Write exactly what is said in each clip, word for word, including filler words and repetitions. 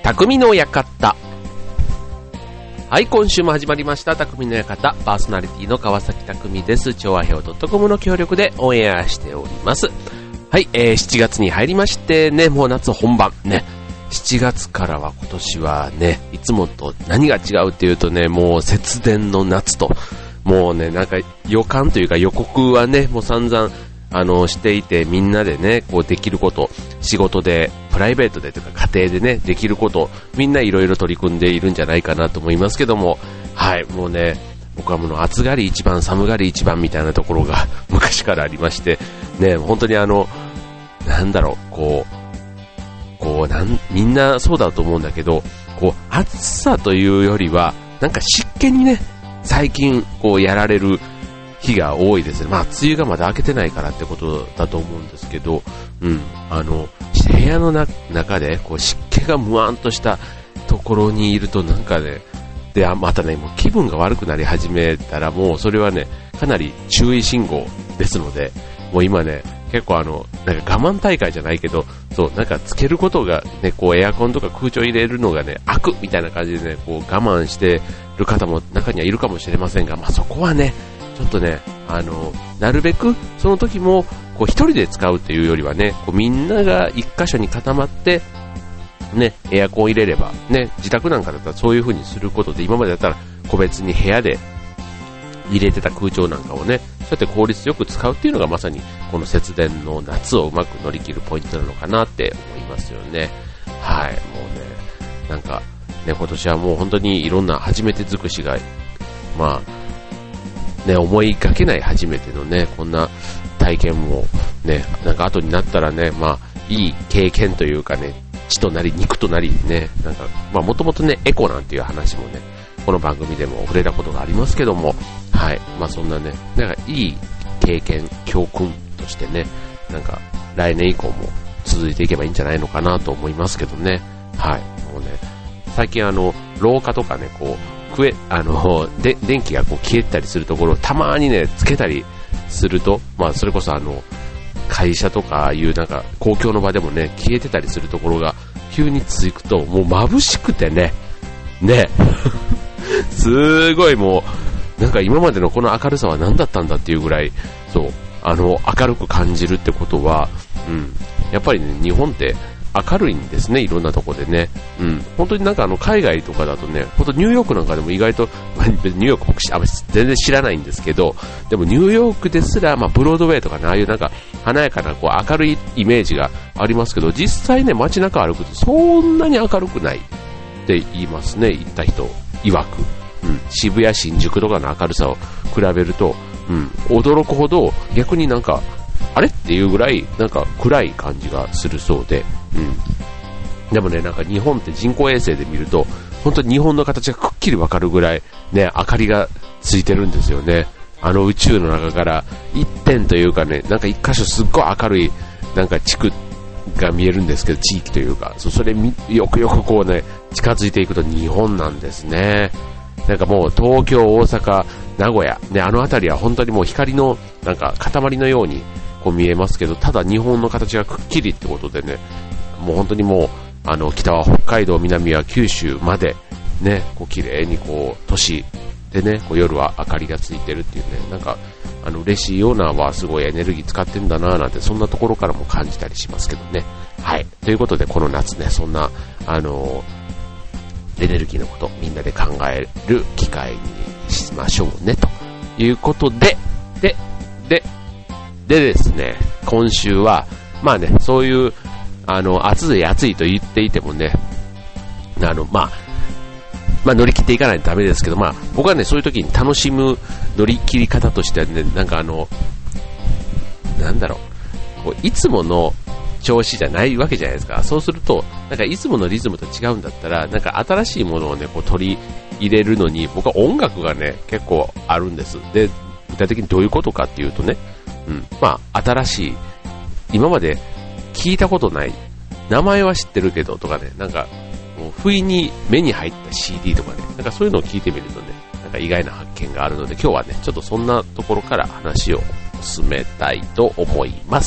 匠の館。はい、今週も始まりました匠の館、パーソナリティの川崎匠です。調和表 .com の協力でオンエアしております。はい、えー、しちがつに入りましてね、もう夏本番ね。しちがつからは今年はね、いつもと何が違うっていうとね、もう節電の夏と、もうね、なんか予感というか予告はね、もう散々あのしていて、みんなでね、こうできること、仕事で、プライベートでとか家庭でね、できること、みんないろいろ取り組んでいるんじゃないかなと思いますけども、はい、もうね、僕はもう暑がり一番、寒がり一番みたいなところが昔からありまして、ね、本当にあの、なんだろう、こう、こうなん、みんなそうだと思うんだけど、こう、暑さというよりは、なんか湿気にね、最近、こうやられる日が多いですね。まあ、梅雨がまだ明けてないからってことだと思うんですけど、うん、あの、部屋のな中で、こう、湿気がムワンとしたところにいると、なんかね、で、またね、もう気分が悪くなり始めたら、もうそれはね、かなり注意信号ですので、もう今ね、結構あの、なんか我慢大会じゃないけど、そう、なんかつけることがね、こうエアコンとか空調入れるのがね、悪みたいな感じでね、こう我慢してる方も中にはいるかもしれませんが、まあそこはね、ちょっとね、あの、なるべくその時もこう一人で使うっていうよりはね、こうみんなが一箇所に固まってね、エアコン入れればね、自宅なんかだったらそういう風にすることで、今までだったら個別に部屋で入れてた空調なんかをね、そうやって効率よく使うっていうのがまさにこの節電の夏をうまく乗り切るポイントなのかなって思いますよね。はい、もうね、なんかね、今年はもう本当にいろんな初めて尽くしが、まあね、思いがけない初めてのね、こんな体験もね、なんか後になったらね、まあいい経験というかね、血となり肉となりね、なんかまあもともとね、エコなんていう話もね、この番組でも触れたことがありますけども、はい、まあそんなね、なんかいい経験、教訓としてね、なんか来年以降も続いていけばいいんじゃないのかなと思いますけどね。はい、もうね、最近あの廊下とかね、こう食えあので電気がこう消えたりするところをたまにねつけたりすると、まあそれこそあの会社とかいうなんか公共の場でもね消えてたりするところが急につくともう眩しくてね、ね。すごいもうなんか今までのこの明るさは何だったんだっていうぐらい、そうあの明るく感じるってことは、うん、やっぱりね日本って明るいんですね、いろんなとこでね、うん、本当になんかあの海外とかだとね、本当ニューヨークなんかでも意外と、まあ、ニューヨーク僕全然知らないんですけど、でもニューヨークですら、まあ、ブロードウェイとかね、ああいうなんか華やかなこう明るいイメージがありますけど、実際ね街中歩くとそんなに明るくないって言いますね、行った人曰く。うん、渋谷新宿とかの明るさを比べると、うん、驚くほど逆になんかあれっていうぐらいなんか暗い感じがするそうで、うん、でもねなんか日本って人工衛星で見ると本当に日本の形がくっきりわかるぐらいね明かりがついてるんですよね。あの宇宙の中から一点というかね、なんか一箇所すっごい明るいなんか地区が見えるんですけど、地域というか そ, それよくよくこうね近づいていくと日本なんですね。なんかもう東京、大阪、名古屋、ね、あの辺りは本当にもう光のなんか塊のようにこう見えますけど、ただ日本の形がくっきりってことでね、もう本当にもうあの北は北海道、南は九州までね、こう綺麗にこう都市でね、こう夜は明かりがついてるっていうね、なんかあの嬉しいようなはすごいエネルギー使ってんだななんてそんなところからも感じたりしますけどね。はい、ということでこの夏ね、そんなあのーエネルギーのことみんなで考える機会にしましょうねということで、で、で、でですね、今週はまあね、そういうあの暑い暑いと言っていてもね、あのまあまあ乗り切っていかないとダメですけど、まあ僕はねそういう時に楽しむ乗り切り方としてはね、なんかあのなんだろう、こういつもの調子じゃないわけじゃないですか。そうするとなんかいつものリズムと違うんだったら、なんか新しいものをねこう取り入れるのに僕は音楽がね結構あるんです。で具体的にどういうことかっていうとね、うん、まあ新しい今まで聞いたことない名前は知ってるけどとかね、なんかもう不意に目に入った シーディー とかね、なんかそういうのを聞いてみるとね、なんか意外な発見があるので、今日はねちょっとそんなところから話を進めたいと思います。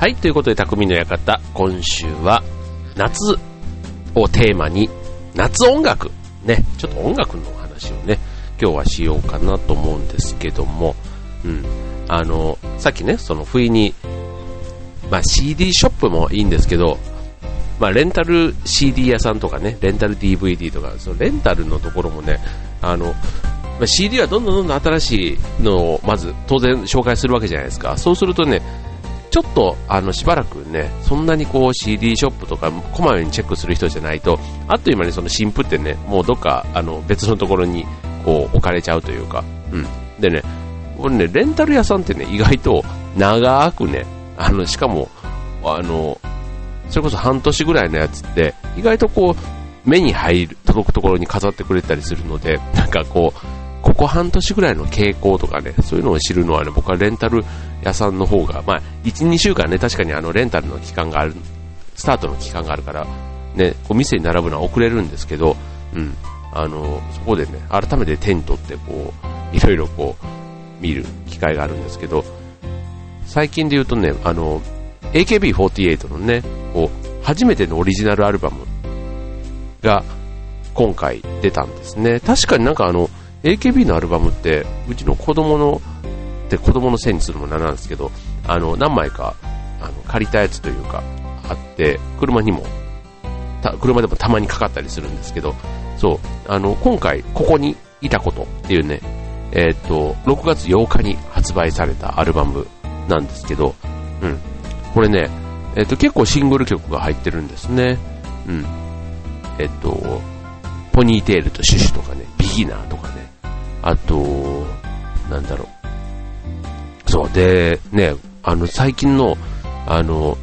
はい、ということで、匠の館、今週は夏をテーマに、夏音楽、ね、ちょっと音楽の話をね、今日はしようかなと思うんですけども、うん、あの、さっきね、その不意に、まあ シーディー ショップもいいんですけど、まあレンタル シーディー 屋さんとかね、レンタル ディーブイディー とか、そのレンタルのところもね、あの、まあ、シーディー はどんどんどんどん新しいのをまず当然紹介するわけじゃないですか。そうするとね、ちょっとあのしばらくね、そんなにこう シーディー ショップとかこまめにチェックする人じゃないと、あっという間にその新譜ってね、もうどっかあの別のところにこう置かれちゃうというか、うん。でね、これね、レンタル屋さんってね、意外と長くね、あの、しかも、あの、それこそ半年ぐらいのやつって、意外とこう、目に入る、届くところに飾ってくれたりするので、なんかこう、ここ半年ぐらいの傾向とかね、そういうのを知るのはね、僕はレンタル屋さんの方が、まあ、いち、にしゅうかんね、確かにあの、レンタルの期間がある、スタートの期間があるから、ね、こう店に並ぶのは遅れるんですけど、うん、あの、そこでね、改めて手に取って、こう、いろいろこう、見る機会があるんですけど、最近で言うとね、あの、エーケービーフォーティーエイト のね、こう、初めてのオリジナルアルバムが、今回出たんですね。確かになんかあの、エーケービー のアルバムって、うちの子供の、って子供のせいにするのもなんなんですけど、あの、何枚か、あの、借りたやつというか、あって、車にも、た車でもたまにかかったりするんですけど、そう、あの、今回、ここにいたことっていうね、えーっと、ろくがつようかに発売されたアルバムなんですけど、うん。これね、えーっと、結構シングル曲が入ってるんですね。うん。えーっと、ポニーテールとシュシュとかね、ビギナーとかね、あと、なんだろう。そう、で、ね、あの、最近の、あの、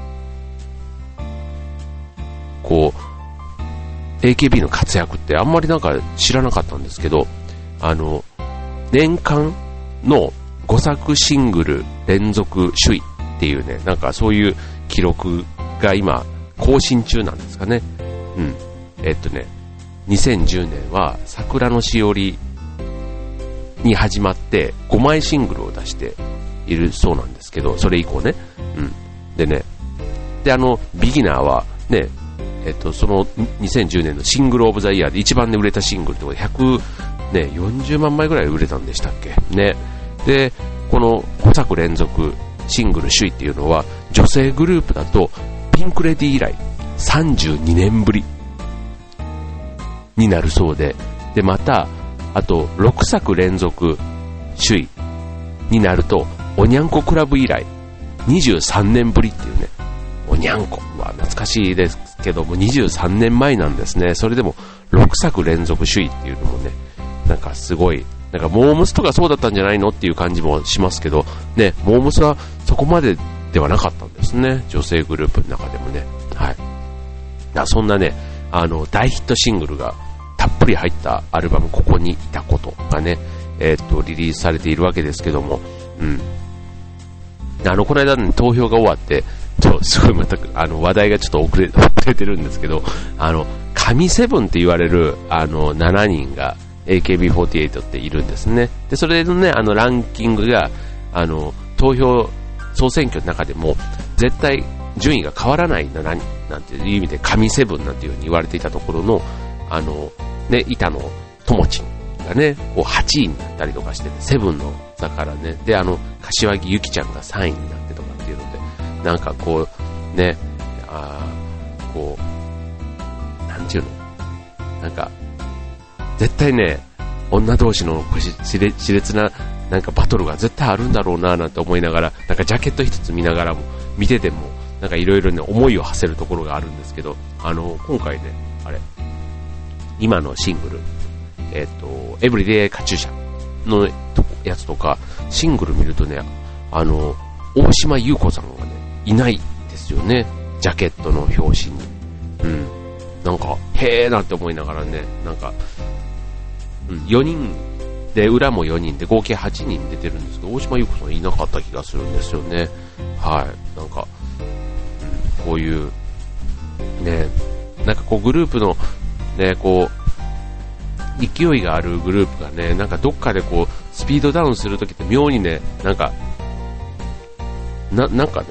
こう、エーケービー の活躍ってあんまりなんか知らなかったんですけど、あの、年間のごさくシングル連続首位っていうね、なんかそういう記録が今更新中なんですかね。うん。えっとね、にせんじゅうねんは桜のしおりに始まってごまいシングルを出しているそうなんですけど、それ以降ね。うん。でね、で、あの、ビギナーはね、えっと、そのにせんじゅうねんのシングルオブザイヤーで一番ね、売れたシングルってことでひゃくよんじゅうまんまいぐらい売れたんでしたっけね。で、このごさく連続シングル首位っていうのは女性グループだとピンクレディ以来さんじゅうにねんぶりになるそうで、で、また、あとろくさく連続首位になるとおにゃんこクラブ以来にじゅうさんねんぶりっていうね、おにゃんこは懐かしいですけどもにじゅうさんねんまえなんですね。それでもろくさく連続首位っていうのもね、なんかすごい、なんかモームスとかそうだったんじゃないのっていう感じもしますけどね、モームスはそこまでではなかったんですね、女性グループの中でもね。はい。だそんなね、あの大ヒットシングルがたっぷり入ったアルバムここにいたことがね、えー、っとリリースされているわけですけども、うん。あのこの間ね、投票が終わって、ちょすごいまたあの話題がちょっと遅れ遅れてるんですけど、あの神セブンって言われるあのしちにんが エーケービーフォーティーエイト っているんですね。で、それのね、あのランキングがあの投票総選挙の中でも絶対順位が変わらないななんていう意味で神セブンなんていう風に言われていたところのあのね、板野友ちんがね、こうはちいになったりとかして、セブンの座からね、であの柏木由紀ちゃんがさんいになってとかっていうので、なんかこうね、あこうなんていうの、なんか絶対ね、女同士の熾烈ななんかバトルが絶対あるんだろうななんて思いながら、なんかジャケット一つ見ながらも見ててもなんかいろいろね思いを馳せるところがあるんですけど、あの今回ね、あれ今のシングル、えっとエブリデイカチューシャのやつとかシングル見るとね、あの大島優子さんがねいないですよね、ジャケットの表紙に。うん、なんかへーなんて思いながらね、なんか、うん、よにんで裏もよにんで合計はちにん出てるんですけど、大島優子さんいなかった気がするんですよね。はい、なんか、うん、こういうね、なんかこうグループのね、こう勢いがあるグループがね、なんかどっかでこうスピードダウンするときって妙にね、なんかな、なんかね、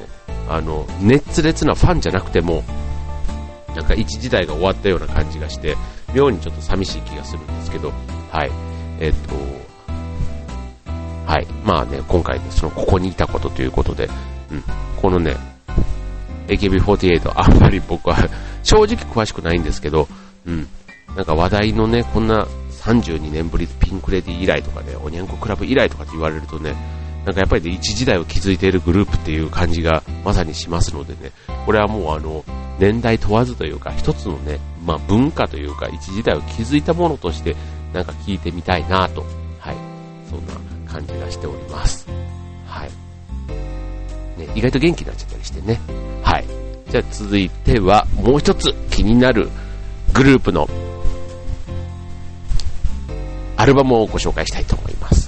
あの、熱烈なファンじゃなくても、なんか一時代が終わったような感じがして、妙にちょっと寂しい気がするんですけど、はい。えっと、はい。まあね、今回ね、その、ここにいたことということで、うん。このね、エーケービーフォーティーエイト、あんまり僕は正直詳しくないんですけど、うん。なんか話題のね、こんなさんじゅうにねんぶりピンクレディ以来とかね、おにゃんこクラブ以来とかって言われるとね、なんかやっぱり、ね、一時代を築いているグループっていう感じがまさにしますのでね、これはもうあの、年代問わずというか、一つのね、まあ文化というか、一時代を築いたものとして、なんか聞いてみたいなと、はい。そんな感じがしております。はい。ね、意外と元気になっちゃったりしてね。はい。じゃあ続いては、もう一つ気になるグループのアルバムをご紹介したいと思います。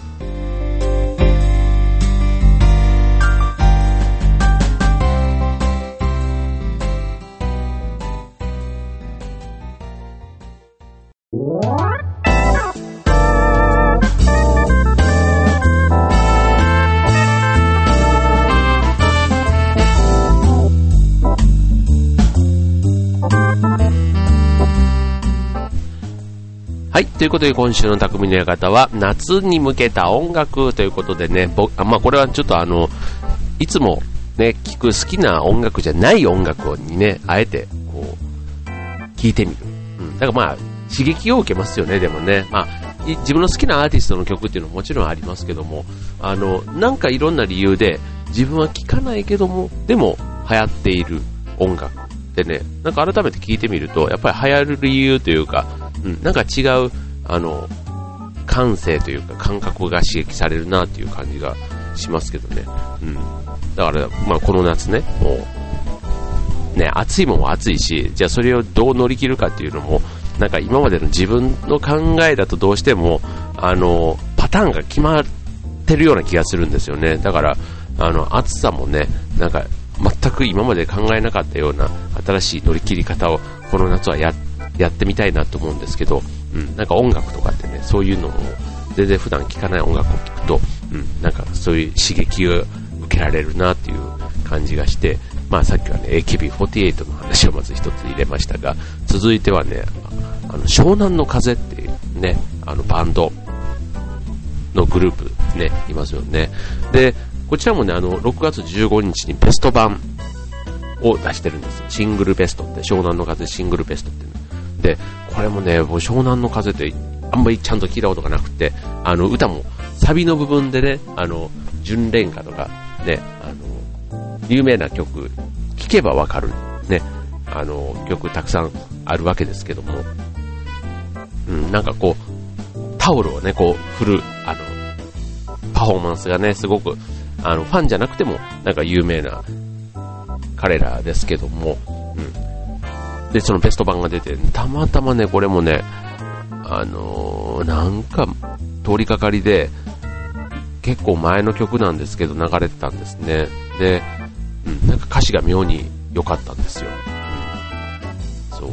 はい。ということで、今週の匠の館は、夏に向けた音楽ということでね、僕、まあ、これはちょっとあの、いつもね、聴く好きな音楽じゃない音楽にね、あえて、こう、聴いてみる。うん。だからまあ、刺激を受けますよね、でもね。まあ、自分の好きなアーティストの曲っていうのももちろんありますけども、あの、なんかいろんな理由で、自分は聴かないけども、でも流行っている音楽ってね、なんか改めて聴いてみると、やっぱり流行る理由というか、うん、なんか違う、あの、感性というか感覚が刺激されるなっていう感じがしますけどね。うん。だから、まあこの夏ね、もう、ね、暑いもんは暑いし、じゃあそれをどう乗り切るかっていうのも、なんか今までの自分の考えだとどうしても、あの、パターンが決まってるような気がするんですよね。だから、あの、暑さもね、なんか全く今まで考えなかったような新しい乗り切り方をこの夏はやってやってみたいなと思うんですけど、うん、なんか音楽とかってね、そういうのも全然普段聴かない音楽を聴くと、うん、なんかそういう刺激を受けられるなっていう感じがして、まあさっきはね、エーケービーフォーティーエイトの話をまず一つ入れましたが、続いてはね、あの湘南の風っていうね、あのバンドのグループね、いますよね。で、こちらもね、あのろくがつじゅうごにちにベスト版を出してるんです。シングルベストって、湘南の風シングルベストっていうので、これもね、もう湘南の風ってあんまりちゃんと聞いたことがなくて、あの歌もサビの部分でね、あの純恋歌とかね、あの有名な曲聞けばわかるね、あの曲たくさんあるわけですけども、うん、なんかこうタオルをねこう振るあのパフォーマンスがねすごくあのファンじゃなくてもなんか有名な彼らですけども、うん。で、そのベスト版が出て、たまたまね、これもね、あのー、なんか、通りかかりで、結構前の曲なんですけど、流れてたんですね。で、うん、なんか歌詞が妙に良かったんですよ。うん、そう。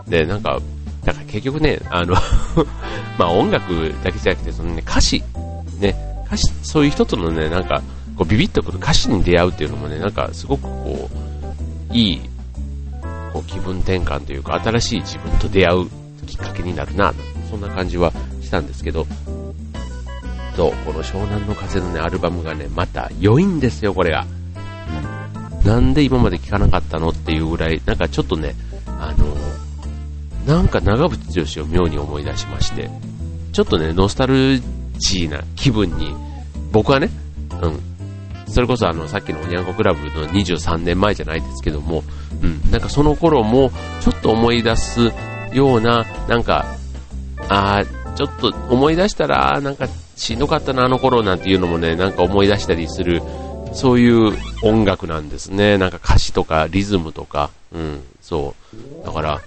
で、なんか、だから結局ね、あの、まあ音楽だけじゃなくて、そのね、歌詞、ね、歌詞、そういう一つのね、なんか、こうビビッとくる歌詞に出会うっていうのもね、なんかすごくこう、いい、こう気分転換というか新しい自分と出会うきっかけになるな、そんな感じはしたんですけど、そうこの湘南の風のねアルバムがねまた良いんですよこれが、うん、なんで今まで聴かなかったのっていうぐらいなんかちょっとねあのなんか長渕剛を妙に思い出しまして、ちょっとねノスタルジーな気分に僕はね、うん、それこそあのさっきのおにゃんこクラブのにじゅうさんねんまえじゃないですけども、うん、なんかその頃もちょっと思い出すようななんかあーちょっと思い出したらなんかしんどかったなあの頃なんていうのもねなんか思い出したりするそういう音楽なんですね。なんか歌詞とかリズムとか、うん、そうだから、うん、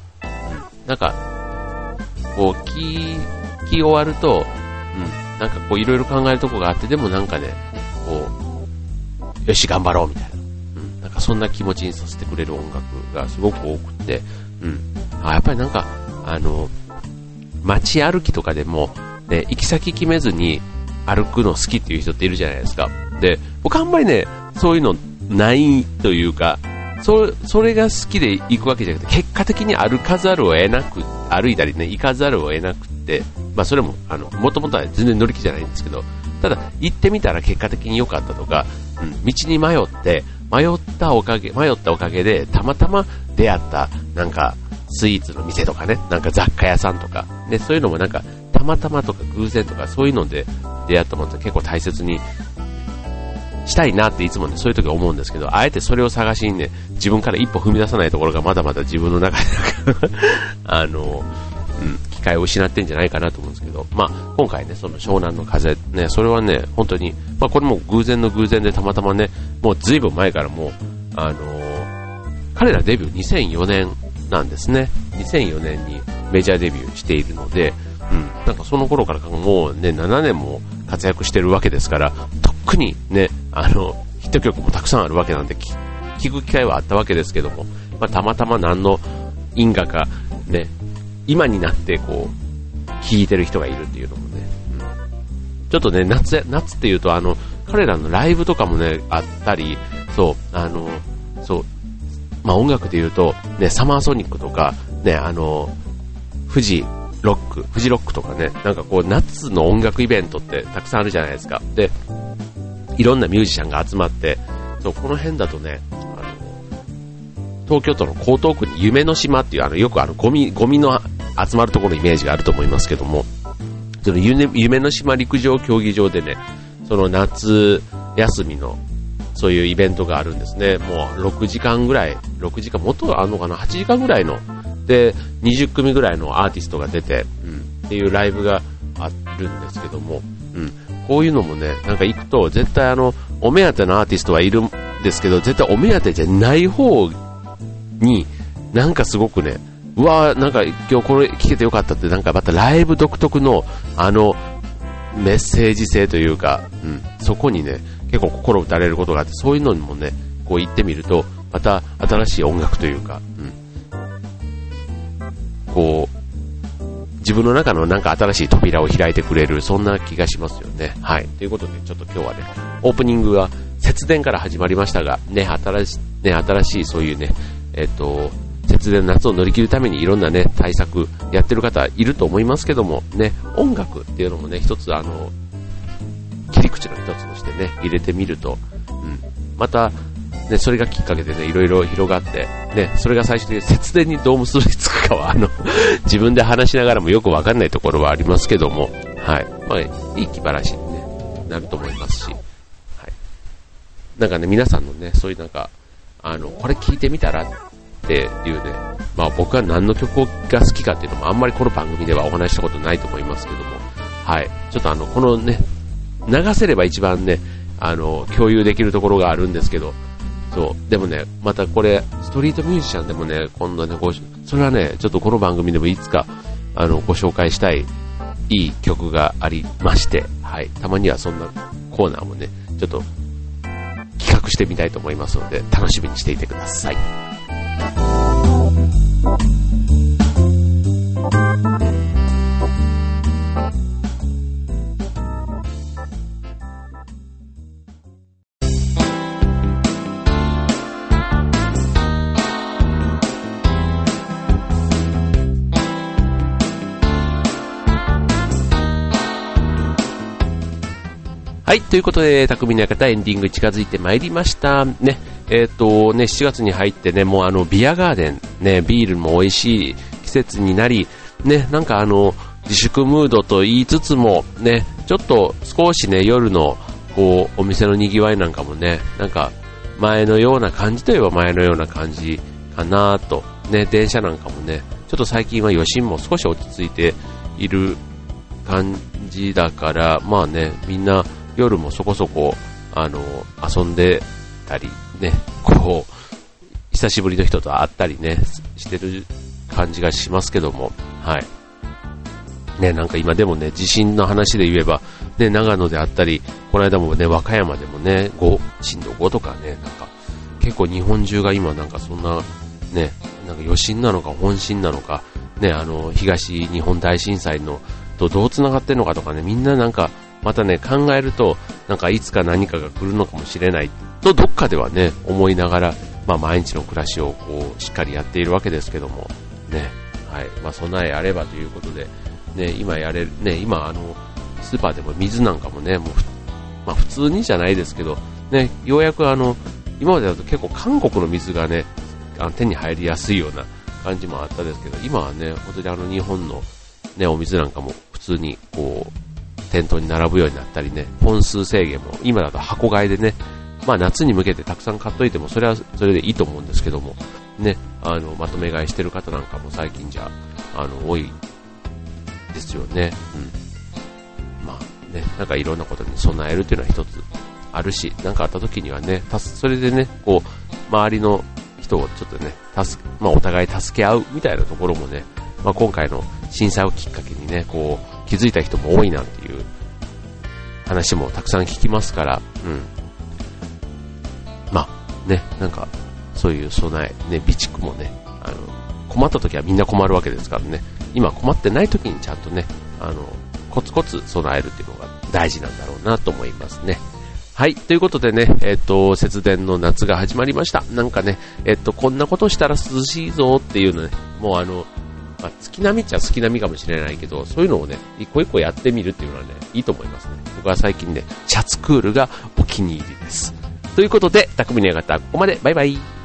なんかこう聞き終わると、うん、なんかこういろいろ考えるとこがあってでもなんかねこうよし頑張ろうみたいな、うん、なんかそんな気持ちにさせてくれる音楽がすごく多くて、うん、あやっぱりなんかあの街歩きとかでも、ね、行き先決めずに歩くの好きっていう人っているじゃないですか。で僕あんまりねそういうのないというか、そ, それが好きで行くわけじゃなくて、結果的に歩かざるを得なく、歩いたりね、行かざるを得なくて、まあそれも、あの、もともとは全然乗り気じゃないんですけど、ただ行ってみたら結果的に良かったとか、うん、道に迷って、迷ったおかげ、迷ったおかげで、たまたま出会った、なんか、スイーツの店とかね、なんか雑貨屋さんとか、ね、そういうのもなんか、たまたまとか偶然とか、そういうので出会ったものって結構大切にしたいなっていつもね、そういう時思うんですけど、あえてそれを探しにね、自分から一歩踏み出さないところがまだまだ自分の中であの、うん、機会を失ってんじゃないかなと思うんですけど、まあ、今回ね、その湘南の風、ね、それはね、本当に、まあ、これも偶然の偶然でたまたまね、もうずいぶん前からもう、あのー、彼らデビューにせんよねんなんですね。にせんよねんにメジャーデビューしているので、うん、なんかその頃からもうね、ななねんも活躍してるわけですから、特にね、あの、ヒット曲もたくさんあるわけなんで、聞く機会はあったわけですけども、まあ、たまたま何の因果か、ね、今になってこう、聴いてる人がいるっていうのもね、うん、ちょっとね、夏、夏っていうと、あの、彼らのライブとかもね、あったり、そう、あの、そう、まあ、音楽で言うと、ね、サマーソニックとか、ね、あの、富士ロック、富士ロックとかね、なんかこう、夏の音楽イベントってたくさんあるじゃないですか。で、いろんなミュージシャンが集まって、そう、この辺だとね、あの、東京都の江東区に夢の島っていう、あの、よくあの、ゴミ、ゴミの集まるところのイメージがあると思いますけども、その夢、夢の島陸上競技場でね、その夏休みの、そういうイベントがあるんですね。もうろくじかんぐらい、ろくじかん、もっとあるのかな、はちじかんぐらいの、で、にじゅっくみぐらいのアーティストが出て、うん、っていうライブがあるんですけども、うん、こういうのもね、なんか行くと、絶対あの、お目当てのアーティストはいるんですけど、絶対お目当てじゃない方に、なんかすごくね、うわー、なんか今日これ聞けてよかったって、なんかまたライブ独特の、あの、メッセージ性というか、うん、そこにね、結構心打たれることがあって、そういうのにもね、こう行ってみると、また新しい音楽というか、うん、こう、自分の中のなんか新しい扉を開いてくれる、そんな気がしますよね。はい。ということで、ちょっと今日はね、オープニングは節電から始まりましたが、ね、新しい、ね、新しいそういうね、えっと、節電、夏を乗り切るためにいろんなね、対策やってる方いると思いますけども、ね、音楽っていうのもね、一つあの、切り口の一つとしてね、入れてみると、うん、また、ね、それがきっかけでね、いろいろ広がって、ね、それが最初に節電にどう結びつくかは、あの、自分で話しながらもよくわかんないところはありますけども、はい。まあ、いい気晴らしに、ね、なると思いますし、はい。なんかね、皆さんのね、そういうなんか、あの、これ聞いてみたらっていうね、まあ僕は何の曲が好きかっていうのもあんまりこの番組ではお話したことないと思いますけども、はい。ちょっとあの、このね、流せれば一番ね、あの、共有できるところがあるんですけど、そう。でもね、またこれ、ストリートミュージシャンでもね、今度ね、ごそれはね、ちょっとこの番組でもいつか、あの、ご紹介したい、いい曲がありまして、はい。たまにはそんなコーナーもね、ちょっと、企画してみたいと思いますので、楽しみにしていてください。はい、ということで、匠の館エンディング近づいてまいりました。ね、えっとね、しちがつに入ってね、もうあの、ビアガーデン、ね、ビールも美味しい季節になり、ね、なんかあの、自粛ムードと言いつつも、ね、ちょっと少しね、夜の、こう、お店の賑わいなんかもね、なんか、前のような感じといえば前のような感じかなと、ね、電車なんかもね、ちょっと最近は余震も少し落ち着いている感じだから、まあね、みんな、夜もそこそこ、あの、遊んでたり、ね、こう、久しぶりの人と会ったりね、してる感じがしますけども、はい。ね、なんか今でもね、地震の話で言えば、ね、長野であったり、この間もね、和歌山でもね、ご、震度ごとかね、なんか、結構日本中が今なんかそんな、ね、なんか余震なのか本震なのか、ね、あの、東日本大震災の、とどう繋がってんのかとかね、みんななんか、またね、考えると、なんかいつか何かが来るのかもしれないっとどっかではね、思いながら、まあ毎日の暮らしをこう、しっかりやっているわけですけども、ね、はい、まあ備えあればということで、ね、今やれる、ね、今あの、スーパーでも水なんかもね、もう、まあ普通にじゃないですけど、ね、ようやくあの、今までだと結構韓国の水がね、あの手に入りやすいような感じもあったですけど、今はね、本当にあの日本のね、お水なんかも普通にこう、店頭に並ぶようになったりね、本数制限も、今だと箱買いでね、まあ夏に向けてたくさん買っといても、それはそれでいいと思うんですけども、ね、あの、まとめ買いしてる方なんかも最近じゃ、あの、多いですよね。うん。まあね、なんかいろんなことに備えるっていうのは一つあるし、なんかあった時にはね、たす、それでね、こう、周りの人をちょっとね、助け、まあお互い助け合うみたいなところもね、まあ今回の震災をきっかけにね、こう、気づいた人も多いなんていう話もたくさん聞きますから、うん。まあね、なんか、そういう備え、ね、備蓄もね、あの、困った時はみんな困るわけですからね、今困ってない時にちゃんとね、あの、コツコツ備えるっていうのが大事なんだろうなと思いますね。はい。ということでね、えっと、節電の夏が始まりました。なんかね、えっと、こんなことしたら涼しいぞっていうのね、もうあの、まあ、月並みっちゃ月並みかもしれないけど、そういうのをね、一個一個やってみるっていうのはね、いいと思いますね。僕は最近ね、シャツクールがお気に入りです。ということで、匠の館、ここまで。バイバイ。